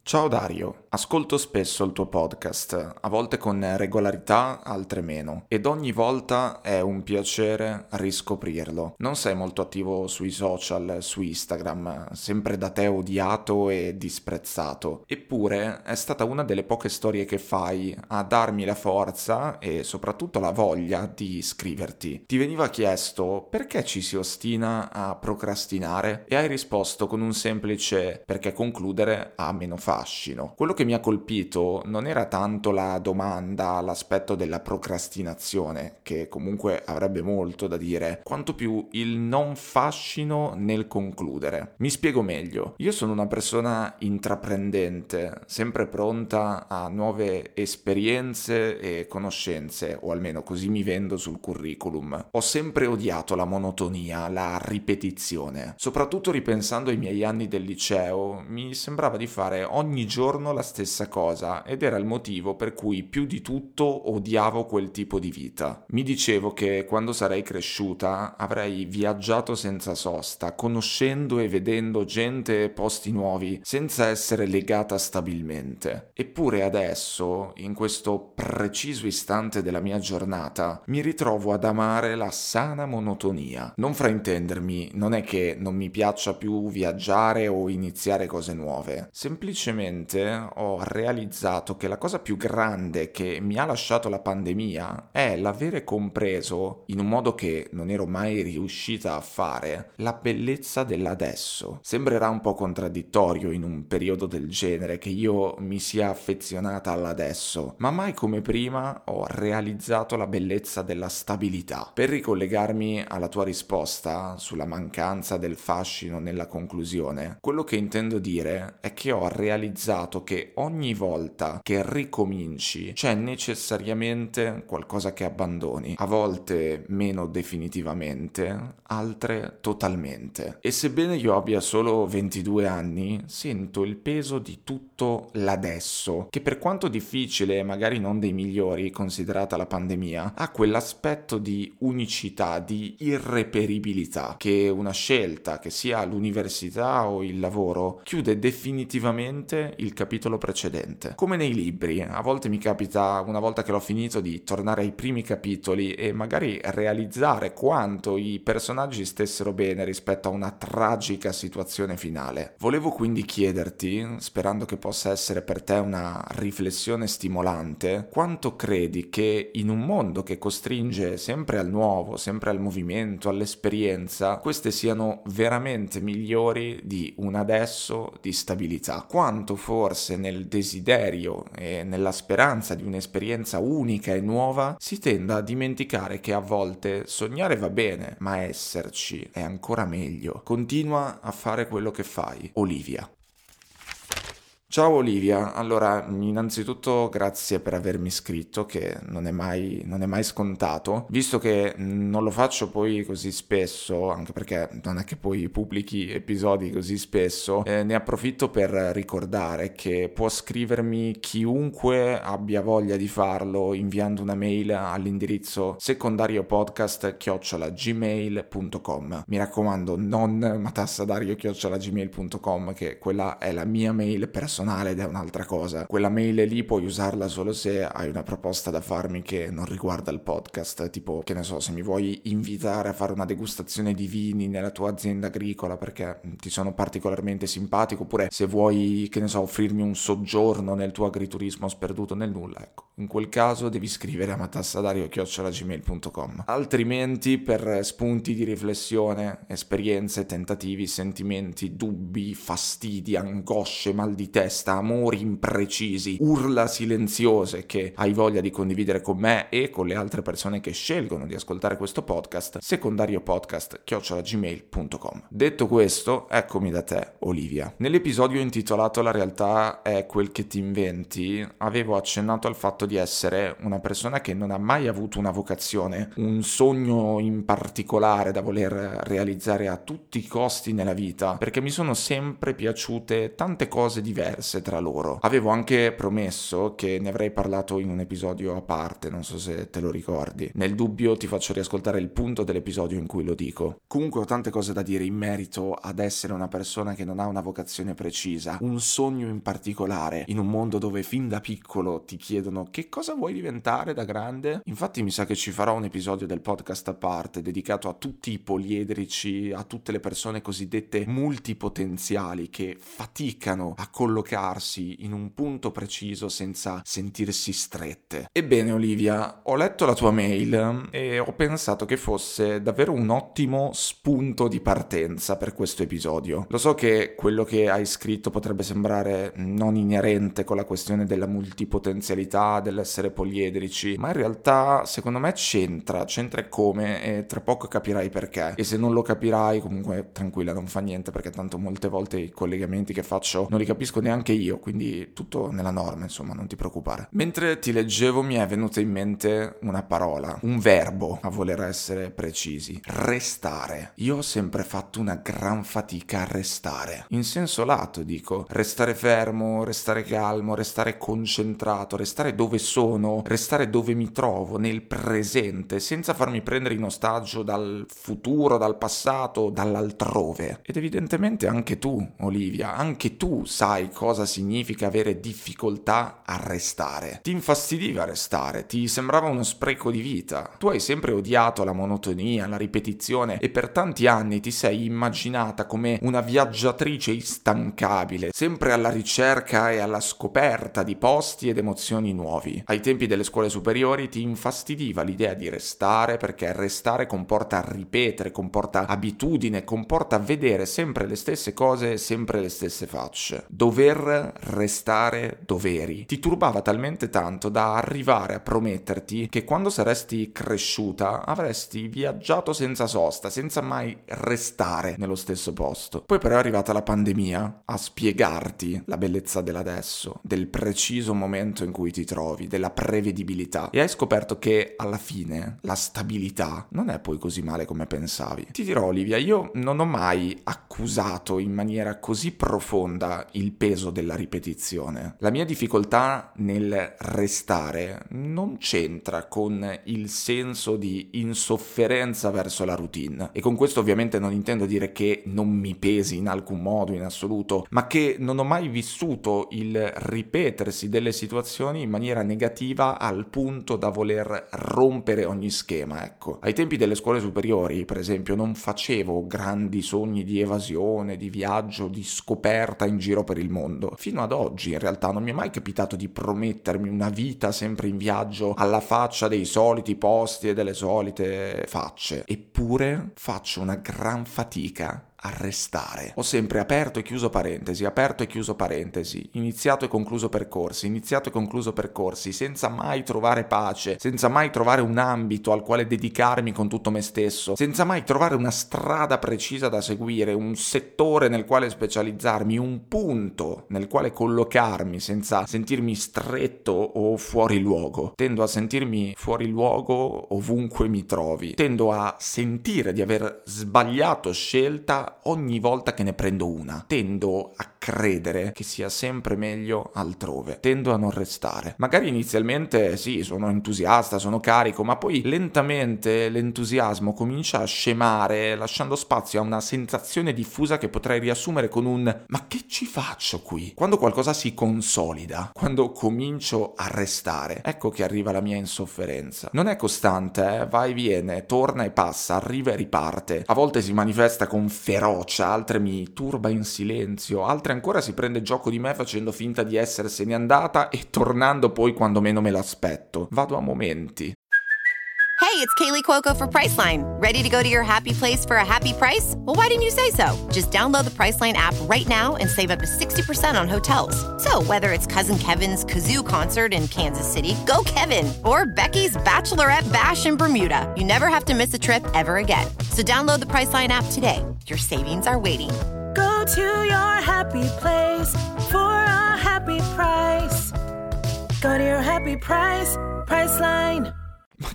Ciao Dario, ascolto spesso il tuo podcast, a volte con regolarità, altre meno, ed ogni volta è un piacere riscoprirlo. Non sei molto attivo sui social, su Instagram, sempre da te odiato e disprezzato, eppure è stata una delle poche storie che fai a darmi la forza e soprattutto la voglia di scriverti. Ti veniva chiesto perché ci si ostina a procrastinare e hai risposto con un semplice perché concludere ha meno fascino. Quello che mi ha colpito non era tanto la domanda, l'aspetto della procrastinazione, che comunque avrebbe molto da dire, quanto più il non fascino nel concludere. Mi spiego meglio. Io sono una persona intraprendente, sempre pronta a nuove esperienze e conoscenze, o almeno così mi vendo sul curriculum. Ho sempre odiato la monotonia, la ripetizione. Soprattutto ripensando ai miei anni del liceo, mi sembrava di fare ogni giorno la stessa cosa ed era il motivo per cui più di tutto odiavo quel tipo di vita. Mi dicevo che quando sarei cresciuta avrei viaggiato senza sosta, conoscendo e vedendo gente e posti nuovi, senza essere legata stabilmente. Eppure adesso, in questo preciso istante della mia giornata, mi ritrovo ad amare la sana monotonia. Non fraintendermi, non è che non mi piaccia più viaggiare o iniziare cose nuove. Semplicemente ho realizzato che la cosa più grande che mi ha lasciato la pandemia è l'avere compreso, in un modo che non ero mai riuscita a fare, la bellezza dell'adesso. Sembrerà un po' contraddittorio in un periodo del genere che io mi sia affezionata all'adesso, ma mai come prima ho realizzato la bellezza della stabilità. Per ricollegarmi alla tua risposta sulla mancanza del fascino nella conclusione, quello che intendo dire è che ho realizzato che ogni volta che ricominci c'è necessariamente qualcosa che abbandoni, a volte meno definitivamente, altre totalmente. E sebbene io abbia solo 22 anni, sento il peso di tutto l'adesso, che per quanto difficile e magari non dei migliori considerata la pandemia, ha quell'aspetto di unicità, di irreperibilità, che una scelta, che sia l'università o il lavoro, chiude definitivamente il capitolo precedente. Come nei libri, a volte mi capita, una volta che l'ho finito, di tornare ai primi capitoli e magari realizzare quanto i personaggi stessero bene rispetto a una tragica situazione finale. Volevo quindi chiederti, sperando che possa essere per te una riflessione stimolante, quanto credi che in un mondo che costringe sempre al nuovo, sempre al movimento, all'esperienza, queste siano veramente migliori di un adesso di stabilità? Quanto forse nel desiderio e nella speranza di un'esperienza unica e nuova si tenda a dimenticare che a volte sognare va bene, ma esserci è ancora meglio. Continua a fare quello che fai. Olivia. Ciao Olivia, allora innanzitutto grazie per avermi scritto, che non è mai scontato, visto che non lo faccio poi così spesso, anche perché non è che poi pubblichi episodi così spesso, ne approfitto per ricordare che può scrivermi chiunque abbia voglia di farlo inviando una mail all'indirizzo secondariopodcast@gmail.com. Mi raccomando, non matassadario@gmail.com, che quella è la mia mail personale ed è un'altra cosa. Quella mail lì puoi usarla solo se hai una proposta da farmi che non riguarda il podcast, tipo, che ne so, se mi vuoi invitare a fare una degustazione di vini nella tua azienda agricola perché ti sono particolarmente simpatico, oppure se vuoi, che ne so, offrirmi un soggiorno nel tuo agriturismo sperduto nel nulla, ecco. In quel caso devi scrivere a matassadario@gmail.com. Altrimenti, per spunti di riflessione, esperienze, tentativi, sentimenti, dubbi, fastidi, angosce, mal di testa, amori imprecisi, urla silenziose che hai voglia di condividere con me e con le altre persone che scelgono di ascoltare questo podcast, secondariopodcast@gmail.com. Detto questo, eccomi da te, Olivia. Nell'episodio intitolato "La realtà è quel che ti inventi", avevo accennato al fatto di essere una persona che non ha mai avuto una vocazione, un sogno in particolare da voler realizzare a tutti i costi nella vita, perché mi sono sempre piaciute tante cose diverse diverse tra loro. Avevo anche promesso che ne avrei parlato in un episodio a parte, non so se te lo ricordi. Nel dubbio ti faccio riascoltare il punto dell'episodio in cui lo dico. Comunque ho tante cose da dire in merito ad essere una persona che non ha una vocazione precisa, un sogno in particolare, in un mondo dove fin da piccolo ti chiedono che cosa vuoi diventare da grande. Infatti mi sa che ci farò un episodio del podcast a parte dedicato a tutti i poliedrici, a tutte le persone cosiddette multipotenziali che faticano a collocarsi in un punto preciso senza sentirsi strette. Ebbene Olivia, ho letto la tua mail e ho pensato che fosse davvero un ottimo spunto di partenza per questo episodio. Lo so che quello che hai scritto potrebbe sembrare non inerente con la questione della multipotenzialità, dell'essere poliedrici, ma in realtà secondo me c'entra e come, e tra poco capirai perché. E se non lo capirai, comunque tranquilla, non fa niente, perché tanto molte volte i collegamenti che faccio non li capisco neanche io, quindi tutto nella norma, insomma, non ti preoccupare. Mentre ti leggevo mi è venuta in mente una parola, un verbo, a voler essere precisi: restare. Io ho sempre fatto una gran fatica a restare. In senso lato, dico, restare fermo, restare calmo, restare concentrato, restare dove sono, restare dove mi trovo, nel presente, senza farmi prendere in ostaggio dal futuro, dal passato, dall'altrove. Ed evidentemente anche tu, Olivia, anche tu sai cosa significa avere difficoltà a restare. Ti infastidiva restare, ti sembrava uno spreco di vita. Tu hai sempre odiato la monotonia, la ripetizione e per tanti anni ti sei immaginata come una viaggiatrice instancabile, sempre alla ricerca e alla scoperta di posti ed emozioni nuovi. Ai tempi delle scuole superiori ti infastidiva l'idea di restare, perché restare comporta ripetere, comporta abitudine, comporta vedere sempre le stesse cose e sempre le stesse facce. Dover restare doveri ti turbava talmente tanto da arrivare a prometterti che quando saresti cresciuta avresti viaggiato senza sosta, senza mai restare nello stesso posto. Poi però è arrivata la pandemia a spiegarti la bellezza dell'adesso, del preciso momento in cui ti trovi, della prevedibilità, e hai scoperto che alla fine la stabilità non è poi così male come pensavi. Ti dirò Olivia, io non ho mai accusato in maniera così profonda il peso della ripetizione. La mia difficoltà nel restare non c'entra con il senso di insofferenza verso la routine, e con questo ovviamente non intendo dire che non mi pesi in alcun modo in assoluto, ma che non ho mai vissuto il ripetersi delle situazioni in maniera negativa al punto da voler rompere ogni schema, ecco. Ai tempi delle scuole superiori, per esempio, non facevo grandi sogni di evasione, di viaggio, di scoperta in giro per il mondo. Fino ad oggi, in realtà, non mi è mai capitato di promettermi una vita sempre in viaggio alla faccia dei soliti posti e delle solite facce. Eppure faccio una gran fatica a restare. Ho sempre aperto e chiuso parentesi, iniziato e concluso percorsi, senza mai trovare pace, senza mai trovare un ambito al quale dedicarmi con tutto me stesso, senza mai trovare una strada precisa da seguire, un settore nel quale specializzarmi, un punto nel quale collocarmi senza sentirmi stretto o fuori luogo. Tendo a sentirmi fuori luogo ovunque mi trovi. Tendo a sentire di aver sbagliato scelta ogni volta che ne prendo una. Tendo a credere che sia sempre meglio altrove. Tendo a non restare. Magari inizialmente sì, sono entusiasta, sono carico, ma poi lentamente l'entusiasmo comincia a scemare, lasciando spazio a una sensazione diffusa che potrei riassumere con un "ma che ci faccio qui?". Quando qualcosa si consolida, quando comincio a restare, ecco che arriva la mia insofferenza. Non è costante, va e viene, torna e passa, arriva e riparte. A volte si manifesta con ferocia, altre mi turba in silenzio, altre ancora si prende gioco di me facendo finta di essersene andata e tornando poi quando meno me l'aspetto. Vado a momenti. Hey, it's Kaylee Cuoco for Priceline. Ready to go to your happy place for a happy price? Well, why didn't you say so? Just download the Priceline app right now and save up to 60% on hotels. So whether it's Cousin Kevin's Kazoo Concert in Kansas City, go Kevin, or Becky's Bachelorette Bash in Bermuda, you never have to miss a trip ever again. So download the Priceline app today. Your savings are waiting. Go to your happy place for a happy price. Go to your happy price, Priceline. Ma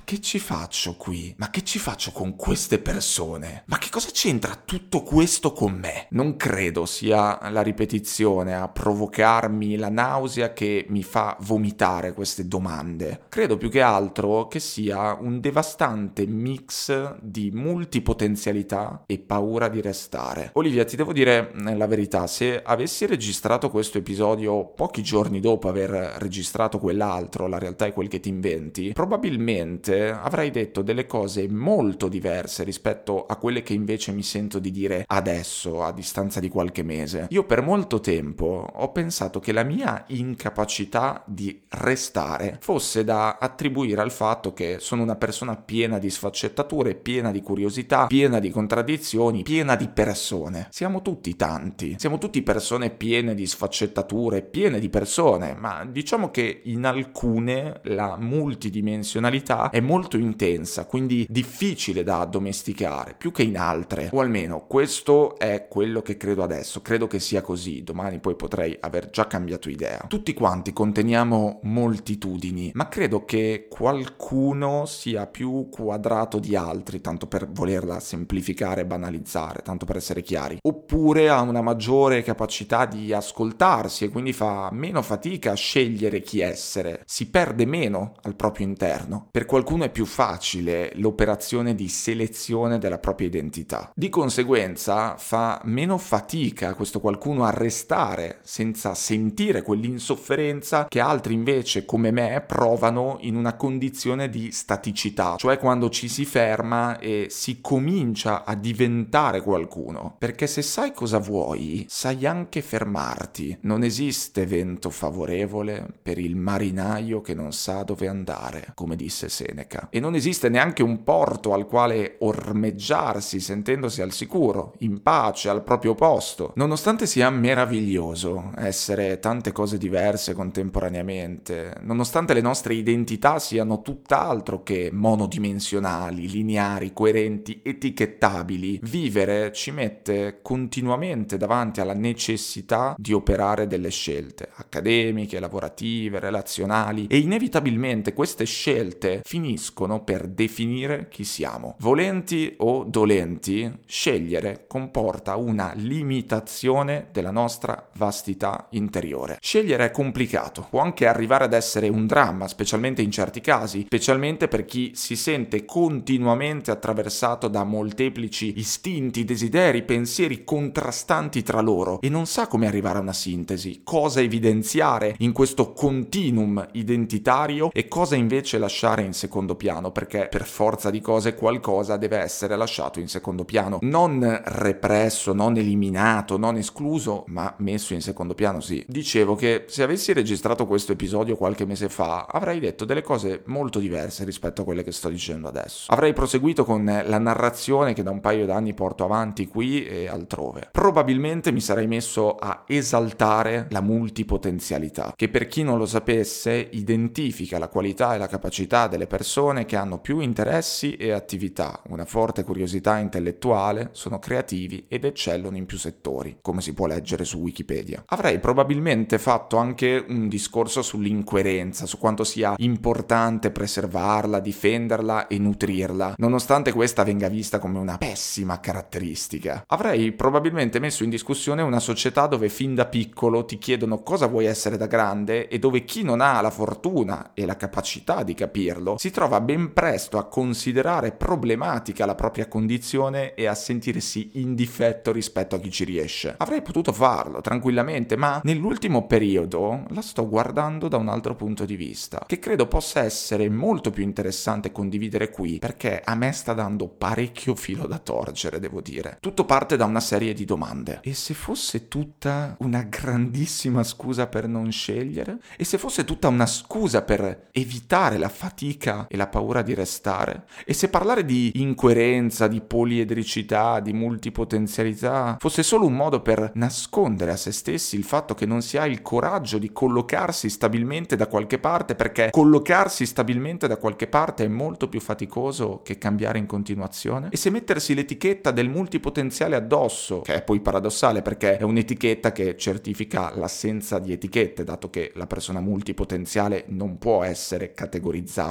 che ci faccio qui? Ma che ci faccio con queste persone? Ma che cosa c'entra tutto questo con me? Non credo sia la ripetizione a provocarmi la nausea che mi fa vomitare queste domande. Credo più che altro che sia un devastante mix di multipotenzialità e paura di restare. Olivia, ti devo dire la verità, se avessi registrato questo episodio pochi giorni dopo aver registrato quell'altro, La realtà è quel che ti inventi, probabilmente avrei detto delle cose molto diverse rispetto a quelle che invece mi sento di dire adesso, a distanza di qualche mese. Io per molto tempo ho pensato che la mia incapacità di restare fosse da attribuire al fatto che sono una persona piena di sfaccettature, piena di curiosità, piena di contraddizioni, piena di persone. Siamo tutti tanti, siamo tutti persone piene di sfaccettature, piene di persone, ma diciamo che in alcune la multidimensionalità è molto intensa, quindi difficile da addomesticare, più che in altre, o almeno questo è quello che credo adesso. Credo che sia così, domani poi potrei aver già cambiato idea. Tutti quanti conteniamo moltitudini, ma credo che qualcuno sia più quadrato di altri, tanto per volerla semplificare e banalizzare, tanto per essere chiari, oppure ha una maggiore capacità di ascoltarsi e quindi fa meno fatica a scegliere chi essere, si perde meno al proprio interno. Per qualcuno è più facile l'operazione di selezione della propria identità. Di conseguenza fa meno fatica questo qualcuno a restare senza sentire quell'insofferenza che altri invece come me provano in una condizione di staticità, cioè quando ci si ferma e si comincia a diventare qualcuno. Perché se sai cosa vuoi, sai anche fermarti. Non esiste vento favorevole per il marinaio che non sa dove andare, come disse Seneca. E non esiste neanche un porto al quale ormeggiarsi sentendosi al sicuro, in pace, al proprio posto. Nonostante sia meraviglioso essere tante cose diverse contemporaneamente, nonostante le nostre identità siano tutt'altro che monodimensionali, lineari, coerenti, etichettabili, vivere ci mette continuamente davanti alla necessità di operare delle scelte accademiche, lavorative, relazionali, e inevitabilmente queste scelte finiscono per definire chi siamo. Volenti o dolenti, scegliere comporta una limitazione della nostra vastità interiore. Scegliere è complicato, può anche arrivare ad essere un dramma, specialmente in certi casi, specialmente per chi si sente continuamente attraversato da molteplici istinti, desideri, pensieri contrastanti tra loro e non sa come arrivare a una sintesi, cosa evidenziare in questo continuum identitario e cosa invece lasciare in secondo piano, perché per forza di cose qualcosa deve essere lasciato in secondo piano, non represso, non eliminato, non escluso, ma messo in secondo piano, sì. Dicevo che se avessi registrato questo episodio qualche mese fa, avrei detto delle cose molto diverse rispetto a quelle che sto dicendo adesso. Avrei proseguito con la narrazione che da un paio d'anni porto avanti qui e altrove. Probabilmente mi sarei messo a esaltare la multipotenzialità, che per chi non lo sapesse identifica la qualità e la capacità delle persone che hanno più interessi e attività, una forte curiosità intellettuale, sono creativi ed eccellono in più settori, come si può leggere su Wikipedia. Avrei probabilmente fatto anche un discorso sull'incoerenza, su quanto sia importante preservarla, difenderla e nutrirla, nonostante questa venga vista come una pessima caratteristica. Avrei probabilmente messo in discussione una società dove fin da piccolo ti chiedono cosa vuoi essere da grande e dove chi non ha la fortuna e la capacità di capirlo si trova ben presto a considerare problematica la propria condizione e a sentirsi in difetto rispetto a chi ci riesce. Avrei potuto farlo tranquillamente, ma nell'ultimo periodo la sto guardando da un altro punto di vista, che credo possa essere molto più interessante condividere qui, perché a me sta dando parecchio filo da torcere, devo dire. Tutto parte da una serie di domande. E se fosse tutta una grandissima scusa per non scegliere? E se fosse tutta una scusa per evitare la fatica e la paura di restare? E se parlare di incoerenza, di poliedricità, di multipotenzialità fosse solo un modo per nascondere a se stessi il fatto che non si ha il coraggio di collocarsi stabilmente da qualche parte, perché collocarsi stabilmente da qualche parte è molto più faticoso che cambiare in continuazione? E se mettersi l'etichetta del multipotenziale addosso, che è poi paradossale perché è un'etichetta che certifica l'assenza di etichette, dato che la persona multipotenziale non può essere categorizzata. Se fosse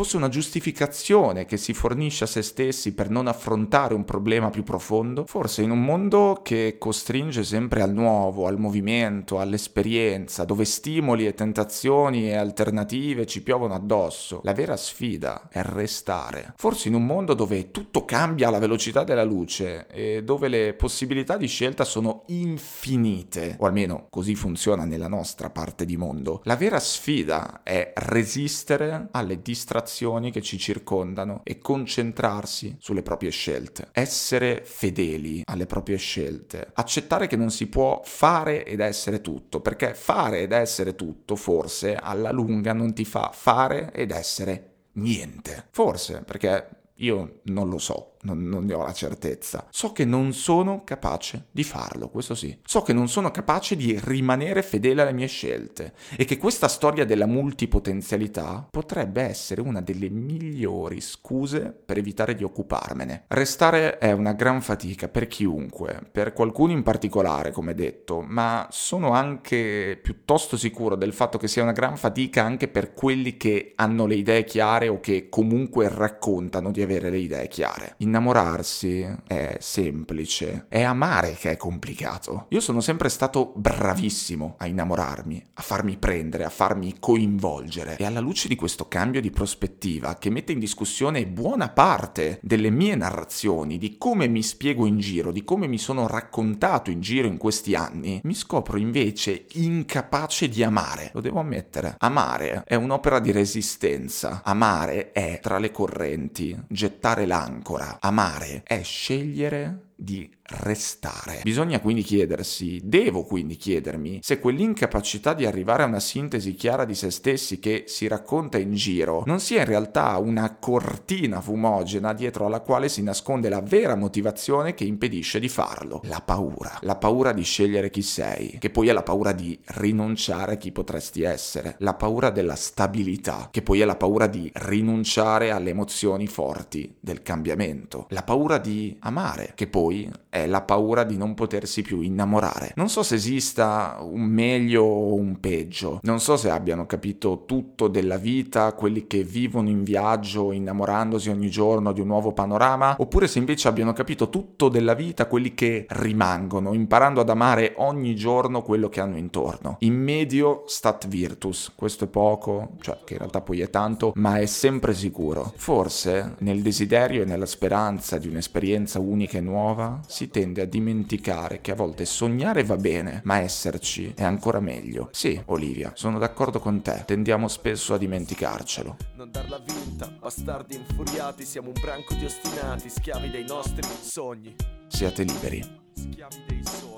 fosse una giustificazione che si fornisce a se stessi per non affrontare un problema più profondo, forse in un mondo che costringe sempre al nuovo, al movimento, all'esperienza, dove stimoli e tentazioni e alternative ci piovono addosso, la vera sfida è restare. Forse in un mondo dove tutto cambia alla velocità della luce e dove le possibilità di scelta sono infinite, o almeno così funziona nella nostra parte di mondo, la vera sfida è resistere alle distrazioni che ci circondano e concentrarsi sulle proprie scelte, essere fedeli alle proprie scelte, accettare che non si può fare ed essere tutto, perché fare ed essere tutto forse alla lunga non ti fa fare ed essere niente. Forse, perché io non lo so. Non ne ho la certezza. So che non sono capace di farlo, questo sì. So che non sono capace di rimanere fedele alle mie scelte e che questa storia della multipotenzialità potrebbe essere una delle migliori scuse per evitare di occuparmene. Restare è una gran fatica per chiunque, per qualcuno in particolare, come detto, ma sono anche piuttosto sicuro del fatto che sia una gran fatica anche per quelli che hanno le idee chiare o che comunque raccontano di avere le idee chiare. Innamorarsi è semplice, è amare che è complicato. Io sono sempre stato bravissimo a innamorarmi, a farmi prendere, a farmi coinvolgere, e alla luce di questo cambio di prospettiva che mette in discussione buona parte delle mie narrazioni, di come mi spiego in giro, di come mi sono raccontato in giro in questi anni, mi scopro invece incapace di amare. Lo devo ammettere. Amare è un'opera di resistenza. Amare è, tra le correnti, gettare l'ancora. Amare è scegliere di restare. Bisogna quindi chiedersi, devo quindi chiedermi, se quell'incapacità di arrivare a una sintesi chiara di se stessi che si racconta in giro non sia in realtà una cortina fumogena dietro alla quale si nasconde la vera motivazione che impedisce di farlo. La paura di scegliere chi sei, che poi è la paura di rinunciare a chi potresti essere, la paura della stabilità, che poi è la paura di rinunciare alle emozioni forti del cambiamento, la paura di amare, che poi è la paura di non potersi più innamorare. Non so se esista un meglio o un peggio, non so se abbiano capito tutto della vita quelli che vivono in viaggio innamorandosi ogni giorno di un nuovo panorama, oppure se invece abbiano capito tutto della vita quelli che rimangono imparando ad amare ogni giorno quello che hanno intorno. In medio stat virtus, questo è poco, cioè che in realtà poi è tanto, ma è sempre sicuro. Forse nel desiderio e nella speranza di un'esperienza unica e nuova si tende a dimenticare che a volte sognare va bene, ma esserci è ancora meglio. Sì, Olivia, sono d'accordo con te, tendiamo spesso a dimenticarcelo. Non darla vinta, bastardi infuriati, siamo un branco di ostinati, schiavi dei nostri sogni. Siate liberi. Schiavi dei sogni.